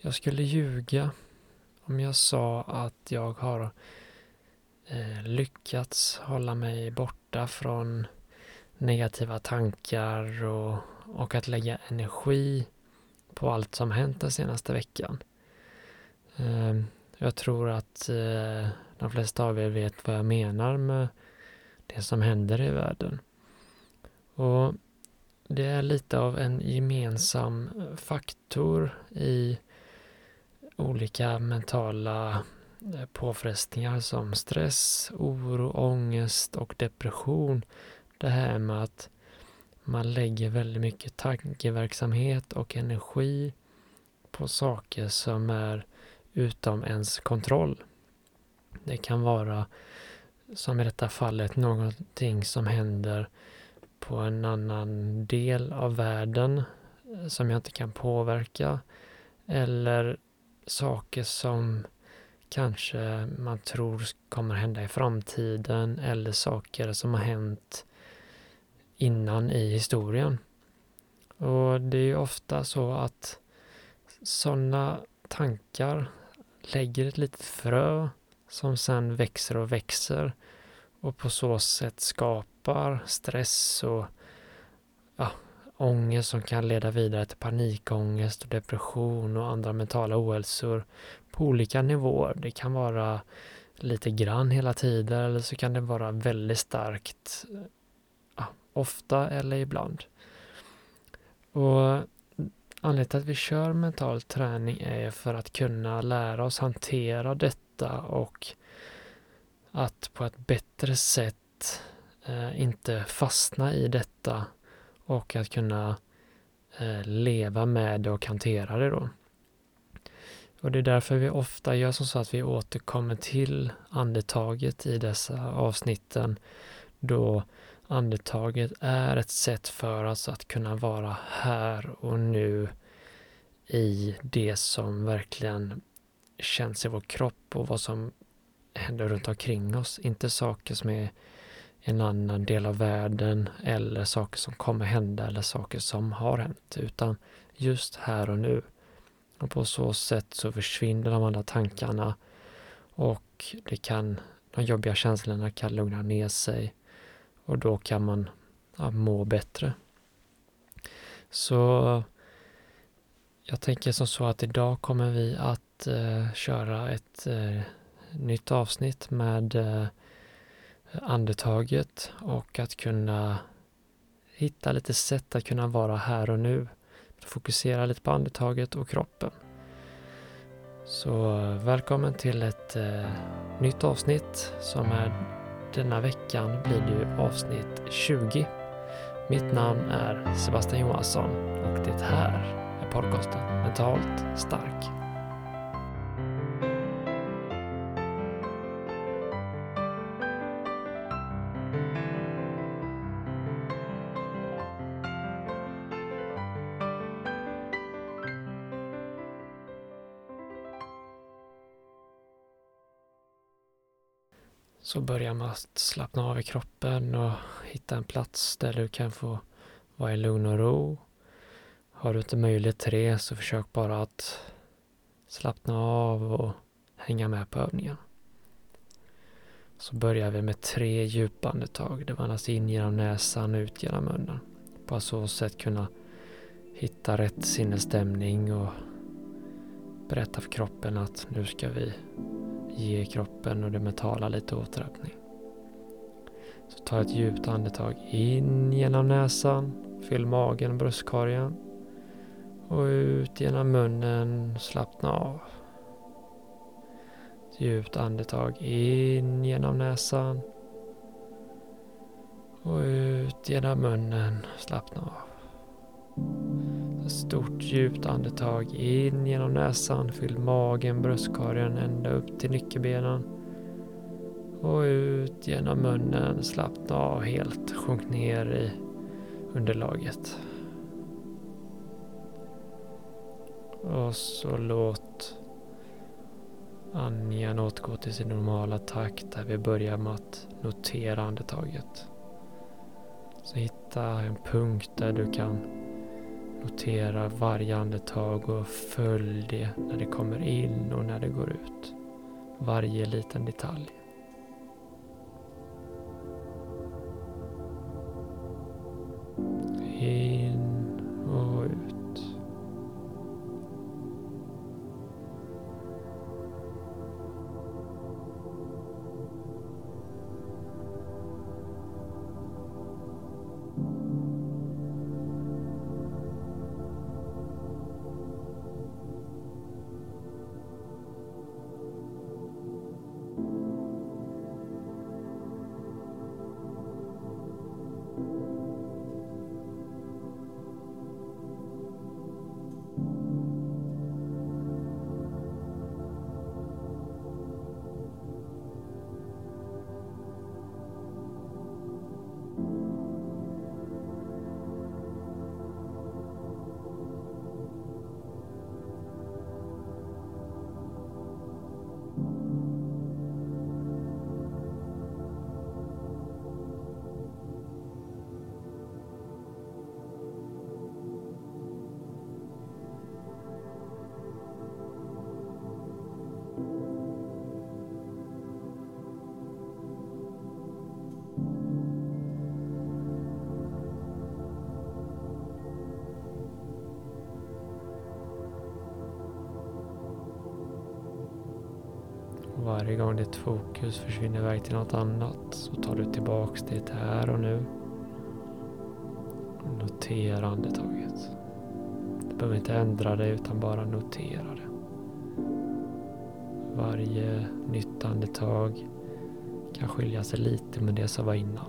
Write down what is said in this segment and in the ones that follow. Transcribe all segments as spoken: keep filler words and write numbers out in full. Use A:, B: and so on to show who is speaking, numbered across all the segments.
A: Jag skulle ljuga om jag sa att jag har eh, lyckats hålla mig borta från negativa tankar och, och att lägga energi på allt som hänt den senaste veckan. Eh, jag tror att eh, de flesta av er vet vad jag menar med det som händer i världen. Och det är lite av en gemensam faktor i olika mentala påfrestningar som stress, oro, ångest och depression. Det här med att man lägger väldigt mycket tankeverksamhet och energi på saker som är utom ens kontroll. Det kan vara, som i detta fallet, någonting som händer på en annan del av världen som jag inte kan påverka, eller saker som kanske man tror kommer hända i framtiden, eller saker som har hänt innan i historien. Och det är ju ofta så att sådana tankar lägger ett litet frö som sedan växer och växer och på så sätt skapar stress och ja, ångest som kan leda vidare till panikångest och depression och andra mentala ohälsor på olika nivåer. Det kan vara lite grann hela tiden, eller så kan det vara väldigt starkt, ja, ofta eller ibland. Och anledningen till att vi kör mental träning är för att kunna lära oss hantera detta och att på ett bättre sätt eh, inte fastna i detta och att kunna eh, leva med det och hantera det då. Och det är därför vi ofta gör som så att vi återkommer till andetaget i dessa avsnitten, då andetaget är ett sätt för oss att kunna vara här och nu i det som verkligen känns i vår kropp och vad som händer runt omkring oss. Inte saker som är en annan del av världen eller saker som kommer hända eller saker som har hänt, utan just här och nu. Och på så sätt så försvinner de andra tankarna och det kan, de jobbiga känslorna kan lugna ner sig och då kan man ja, må bättre. Så jag tänker som så att idag kommer vi att eh, köra ett eh, nytt avsnitt med eh, andetaget och att kunna hitta lite sätt att kunna vara här och nu. Fokusera lite på andetaget och kroppen. Så välkommen till ett eh, nytt avsnitt som är denna veckan blir det avsnitt tjugo. Mitt namn är Sebastian Johansson och det här är podcasten Mentalt stark. Så börjar man att slappna av i kroppen och hitta en plats där du kan få vara i lugn och ro. Har du inte möjlighet till det så försök bara att slappna av och hänga med på övningen. Så börjar vi med tre djupa andetag. Det andas in genom näsan och ut genom munnen. På så sätt kunna hitta rätt sinnesstämning och berätta för kroppen att nu ska vi ge kroppen och det mentala lite återöppning. Så ta ett djupt andetag in genom näsan, fyll magen och bröstkorgen och ut genom munnen, slappna av. Ett djupt andetag in genom näsan och ut genom munnen, slappna av. Ett stort djupt andetag in genom näsan, fyll magen, bröstkorgen ända upp till nyckelbenen och ut genom munnen, slappna av helt, sjunk ner i underlaget. Och så låt andningen återgå till sin normala takt där vi börjar med att notera andetaget. Så hitta en punkt där du kan Notera varje andetag och följ det när det kommer in och när det går ut. Varje liten detalj. In och ut. Varje gång ditt fokus försvinner iväg till något annat så tar du tillbaks det här och nu. Notera andetaget. Du behöver inte ändra det utan bara notera det. Varje nytt andetag kan skilja sig lite med det som var innan.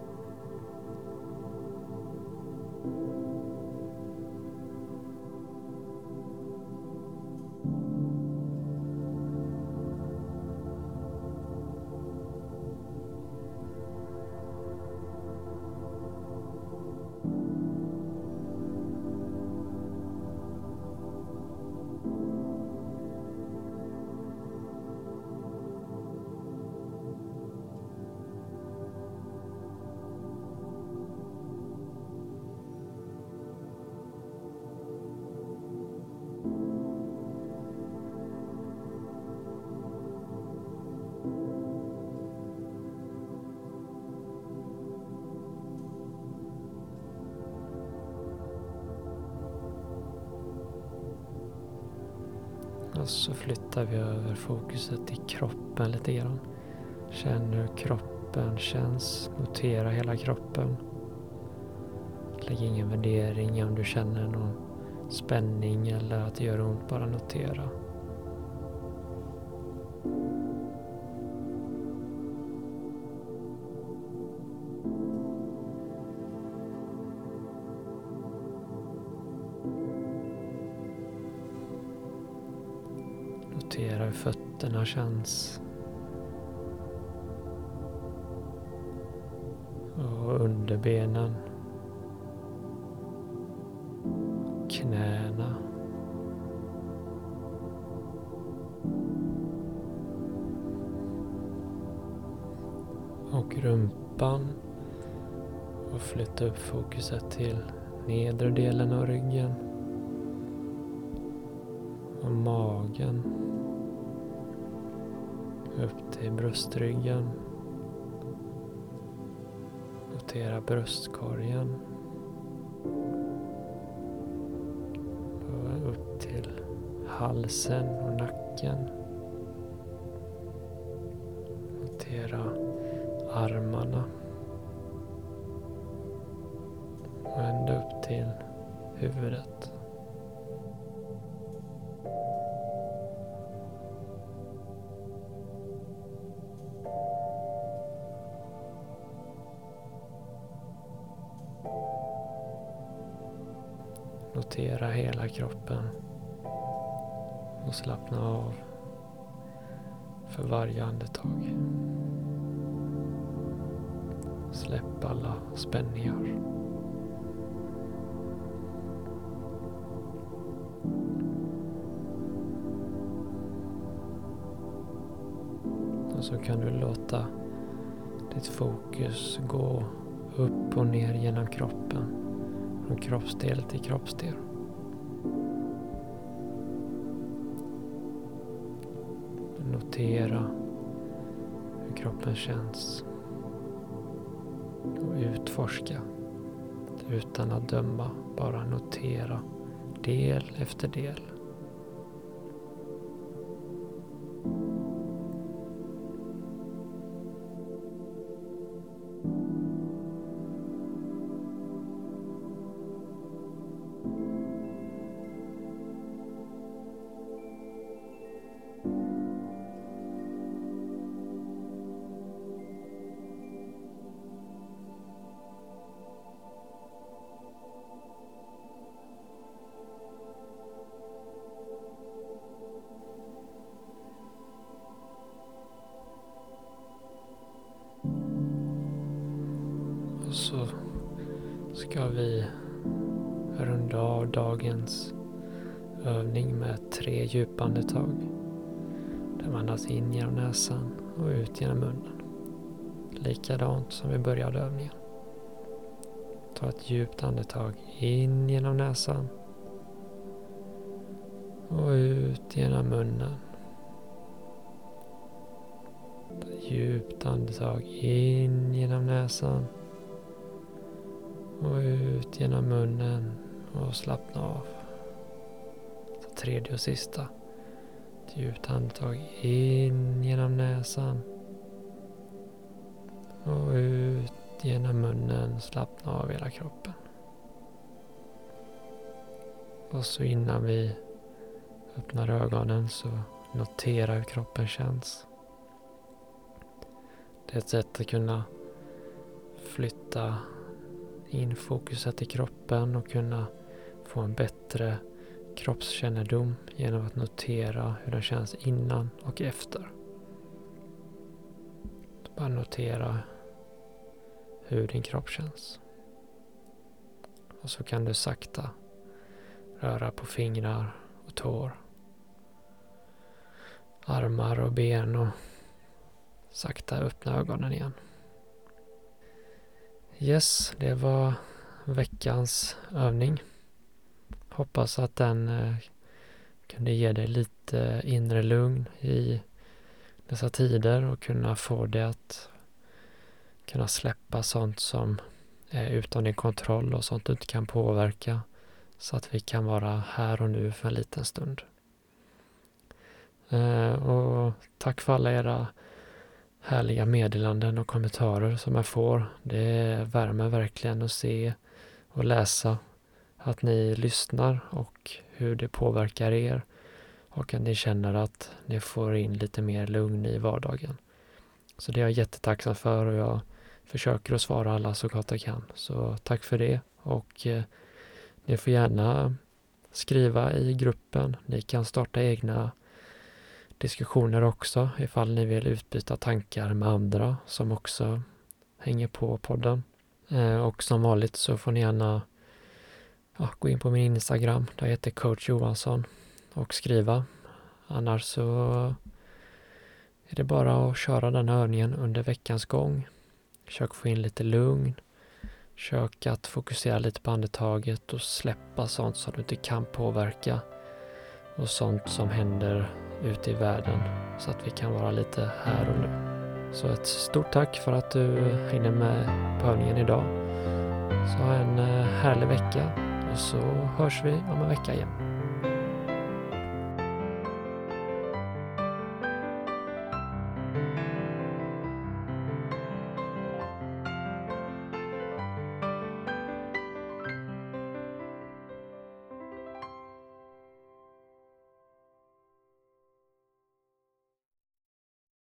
A: Och så flyttar vi över fokuset till kroppen lite grann. Känn hur kroppen känns. Notera hela kroppen. Lägg ingen värdering om du känner någon spänning eller att det gör ont. Bara notera. Notera hur fötterna känns. Och underbenen. Knäna. Och rumpan. Och flytta upp fokuset till nedre delen av ryggen. Och magen. Upp till bröstryggen. Notera bröstkorgen. Och upp till halsen och nacken. Notera armarna. Och ända upp till huvudet. Notera hela kroppen och slappna av för varje andetag. Släpp alla spänningar. Och så kan du låta ditt fokus gå upp och ner genom kroppen. från kroppsdel till kroppsdel. Notera hur kroppen känns och utforska utan att döma, bara notera del efter del. Och så ska vi runda av dagens övning med tre djupandetag. Där man andas in genom näsan och ut genom munnen. Likadant som vi började övningen. Ta ett djupt andetag in genom näsan och ut genom munnen. Ta ett djupt andetag in genom näsan och ut genom munnen och slappna av. Så tredje och sista. Ett djupt andetag in genom näsan och ut genom munnen. Slappna av hela kroppen. Och så innan vi öppnar ögonen så notera hur kroppen känns. Det är ett sätt att kunna flytta in fokuset i kroppen och kunna få en bättre kroppskännedom genom att notera hur den känns innan och efter. Bara notera hur din kropp känns. Och så kan du sakta röra på fingrar och tår, armar och ben och sakta öppna ögonen igen. Yes, det var veckans övning. Hoppas att den eh, kunde ge dig lite inre lugn i dessa tider och kunna få dig att kunna släppa sånt som är utom din kontroll och sånt du inte kan påverka, så att vi kan vara här och nu för en liten stund. Eh, och tack för alla era härliga meddelanden och kommentarer som jag får. Det värmer verkligen att se och läsa att ni lyssnar och hur det påverkar er och att ni känner att ni får in lite mer lugn i vardagen. Så det är jag jättetacksam för och jag försöker att svara alla så gott jag kan. Så tack för det, och eh, ni får gärna skriva i gruppen. Ni kan starta egna diskussioner också ifall ni vill utbyta tankar med andra som också hänger på podden. Eh, och som vanligt så får ni gärna ja, gå in på min Instagram, där jag heter Coach Johansson, och skriva. Annars så är det bara att köra den här övningen under veckans gång. Försök få in lite lugn. Försök att fokusera lite på andetaget och släppa sånt som du inte kan påverka och sånt som händer ute i världen, så att vi kan vara lite här och nu. Så ett stort tack för att du hängde med på övningen idag. Så ha en härlig vecka och så hörs vi om en vecka igen.